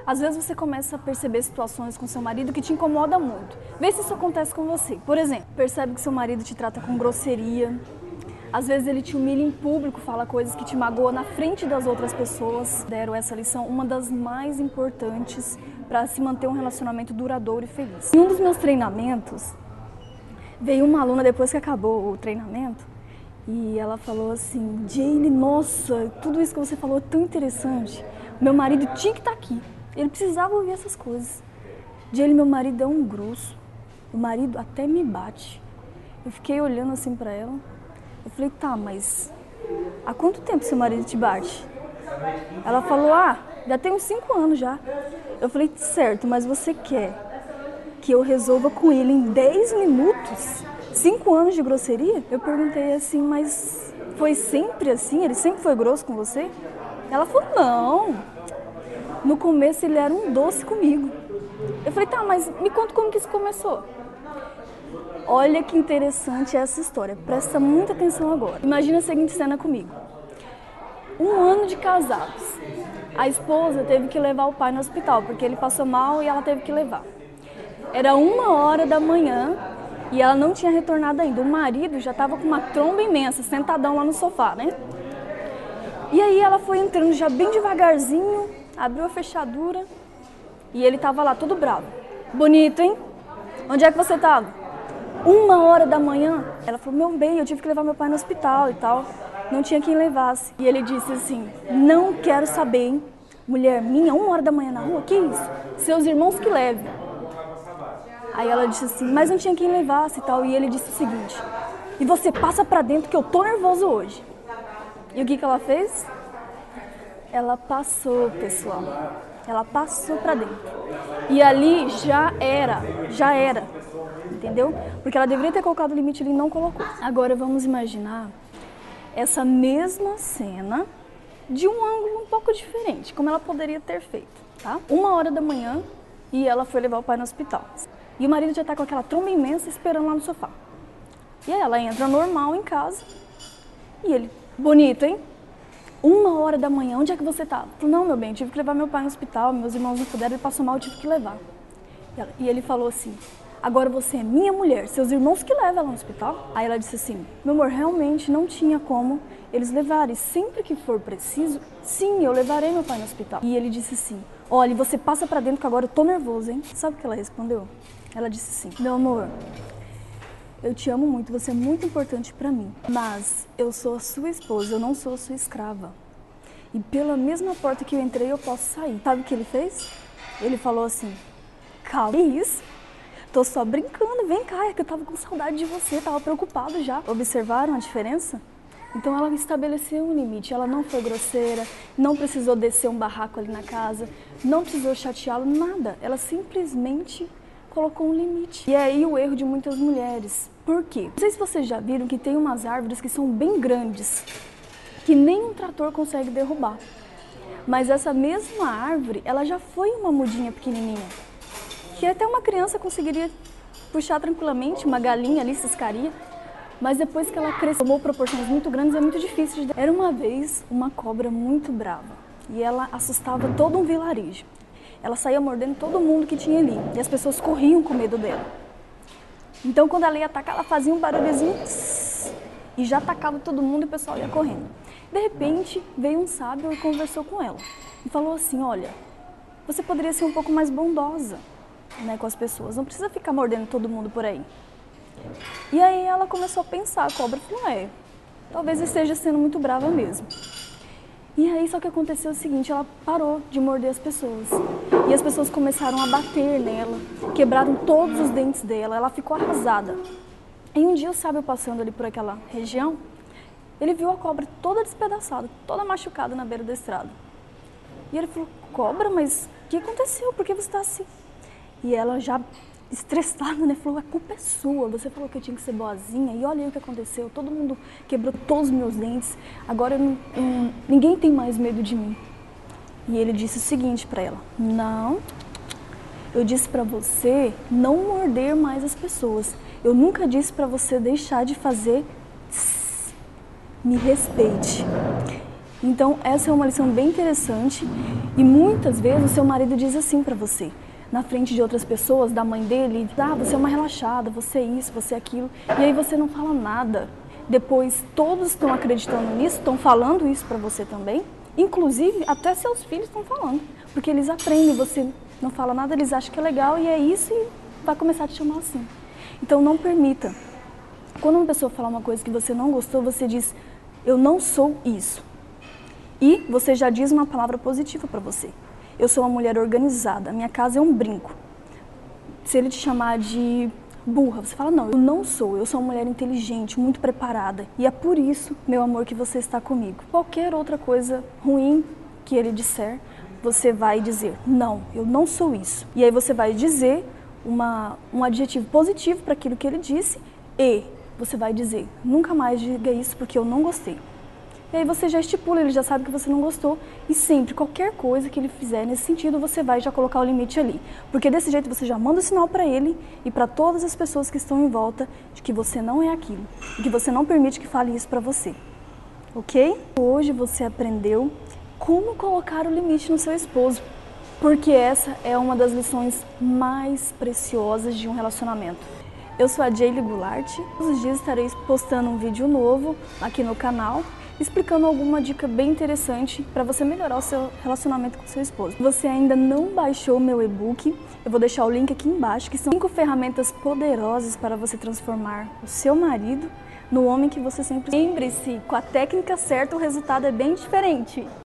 Às vezes você começa a perceber situações com seu marido que te incomodam muito. Vê se isso acontece com você. Por exemplo, percebe que seu marido te trata com grosseria. Às vezes ele te humilha em público, fala coisas que te magoam na frente das outras pessoas. Deram essa lição, uma das mais importantes para se manter um relacionamento duradouro e feliz. Em um dos meus treinamentos, veio uma aluna depois que acabou o treinamento e ela falou assim: Jaylee, nossa, tudo isso que você falou é tão interessante. Meu marido tinha que estar aqui. Ele precisava ouvir essas coisas. Jaylee, meu marido é um grosso. O marido até me bate. Eu fiquei olhando assim pra ela. Eu falei, tá, mas há quanto tempo seu marido te bate? Ela falou, já tem uns 5 anos já. Eu falei, certo, mas você quer que eu resolva com ele em 10 minutos? 5 anos de grosseria? Eu perguntei assim, mas foi sempre assim? Ele sempre foi grosso com você? Ela falou, não. No começo ele era um doce comigo. Eu falei, tá, mas me conta como que isso começou. Olha que interessante essa história, presta muita atenção agora. Imagina a seguinte cena comigo. 1 ano de casados. A esposa teve que levar o pai no hospital, porque ele passou mal e ela teve que levar. Era 1h da manhã e ela não tinha retornado ainda. O marido já estava com uma tromba imensa, sentadão lá no sofá, né? E aí ela foi entrando já bem devagarzinho, abriu a fechadura e ele estava lá todo bravo. Bonito, hein? Onde é que você estava? 1h da manhã, ela falou, meu bem, eu tive que levar meu pai no hospital e tal, não tinha quem levasse. E ele disse assim, não quero saber, hein? Mulher minha, 1h da manhã na rua, que isso? Seus irmãos que levem. Aí ela disse assim, mas não tinha quem levasse e tal. E ele disse o seguinte, e você passa pra dentro que eu tô nervoso hoje. E o que ela fez? Ela passou, pessoal, ela passou pra dentro. E ali já era. Entendeu? Porque ela deveria ter colocado o limite, ele não colocou. Agora vamos imaginar essa mesma cena de um ângulo um pouco diferente, como ela poderia ter feito, tá? 1h da manhã e ela foi levar o pai no hospital. E o marido já tá com aquela tromba imensa esperando lá no sofá. E aí ela entra normal em casa e ele, bonito, hein? 1h da manhã, onde é que você tá? Falei, não, meu bem, eu tive que levar meu pai no hospital, meus irmãos não puderam, ele passou mal, eu tive que levar. E ele falou assim, agora você é minha mulher, seus irmãos que levam ela no hospital? Aí ela disse assim, meu amor, realmente não tinha como eles levarem. Sempre que for preciso, sim, eu levarei meu pai no hospital. E ele disse assim, olha, você passa pra dentro que agora eu tô nervoso, hein? Sabe o que ela respondeu? Ela disse assim, meu amor, eu te amo muito, você é muito importante pra mim. Mas eu sou a sua esposa, eu não sou a sua escrava. E pela mesma porta que eu entrei, eu posso sair. Sabe o que ele fez? Ele falou assim, calma, que isso? Tô só brincando, vem cá, é que eu tava com saudade de você, tava preocupado já. Observaram a diferença? Então ela estabeleceu um limite, ela não foi grosseira, não precisou descer um barraco ali na casa, não precisou chateá-lo, nada. Ela simplesmente colocou um limite. E é aí o erro de muitas mulheres. Por quê? Não sei se vocês já viram que tem umas árvores que são bem grandes, que nem um trator consegue derrubar. Mas essa mesma árvore, ela já foi uma mudinha pequenininha, que até uma criança conseguiria puxar tranquilamente, uma galinha ali ciscaria, mas depois que ela cresceu, tomou proporções muito grandes, é muito difícil de... Era uma vez uma cobra muito brava e ela assustava todo um vilarejo. Ela saía mordendo todo mundo que tinha ali e as pessoas corriam com medo dela. Então quando ela ia atacar, ela fazia um barulhozinho e já atacava todo mundo e o pessoal ia correndo. De repente veio um sábio e conversou com ela e falou assim, olha, você poderia ser um pouco mais bondosa, né, com as pessoas, não precisa ficar mordendo todo mundo por aí. E aí ela começou a pensar, a cobra falou, talvez esteja sendo muito brava mesmo. E aí só que aconteceu o seguinte, ela parou de morder as pessoas. E as pessoas começaram a bater nela, quebraram todos os dentes dela, ela ficou arrasada. E um dia o sábio passando ali por aquela região, ele viu a cobra toda despedaçada, toda machucada na beira da estrada. E ele falou, cobra, mas o que aconteceu? Por que você está assim? E ela já estressada, né, falou, a culpa é sua, você falou que eu tinha que ser boazinha e olha aí o que aconteceu, todo mundo quebrou todos os meus dentes, agora ninguém tem mais medo de mim. E ele disse o seguinte para ela, não, eu disse para você não morder mais as pessoas, eu nunca disse para você deixar de fazer, me respeite. Então essa é uma lição bem interessante e muitas vezes o seu marido diz assim pra você, na frente de outras pessoas, da mãe dele, você é uma relaxada, você é isso, você é aquilo, e aí você não fala nada. Depois todos estão acreditando nisso, estão falando isso pra você também, inclusive até seus filhos estão falando, porque eles aprendem, você não fala nada, eles acham que é legal e é isso e vai começar a te chamar assim. Então não permita. Quando uma pessoa falar uma coisa que você não gostou, você diz, eu não sou isso. E você já diz uma palavra positiva para você. Eu sou uma mulher organizada, minha casa é um brinco. Se ele te chamar de burra, você fala, não, eu não sou, eu sou uma mulher inteligente, muito preparada. E é por isso, meu amor, que você está comigo. Qualquer outra coisa ruim que ele disser, você vai dizer, não, eu não sou isso. E aí você vai dizer um adjetivo positivo para aquilo que ele disse e você vai dizer, nunca mais diga isso porque eu não gostei. E aí você já estipula, ele já sabe que você não gostou e sempre, qualquer coisa que ele fizer nesse sentido, você vai já colocar o limite ali. Porque desse jeito você já manda o sinal para ele e para todas as pessoas que estão em volta de que você não é aquilo. E que você não permite que fale isso para você. Ok? Hoje você aprendeu como colocar o limite no seu esposo. Porque essa é uma das lições mais preciosas de um relacionamento. Eu sou a Jaylee Goulart. Todos os dias estarei postando um vídeo novo aqui no canal, explicando alguma dica bem interessante para você melhorar o seu relacionamento com seu esposo. Se você ainda não baixou o meu e-book, eu vou deixar o link aqui embaixo, que são 5 ferramentas poderosas para você transformar o seu marido no homem que você sempre... Lembre-se, com a técnica certa o resultado é bem diferente.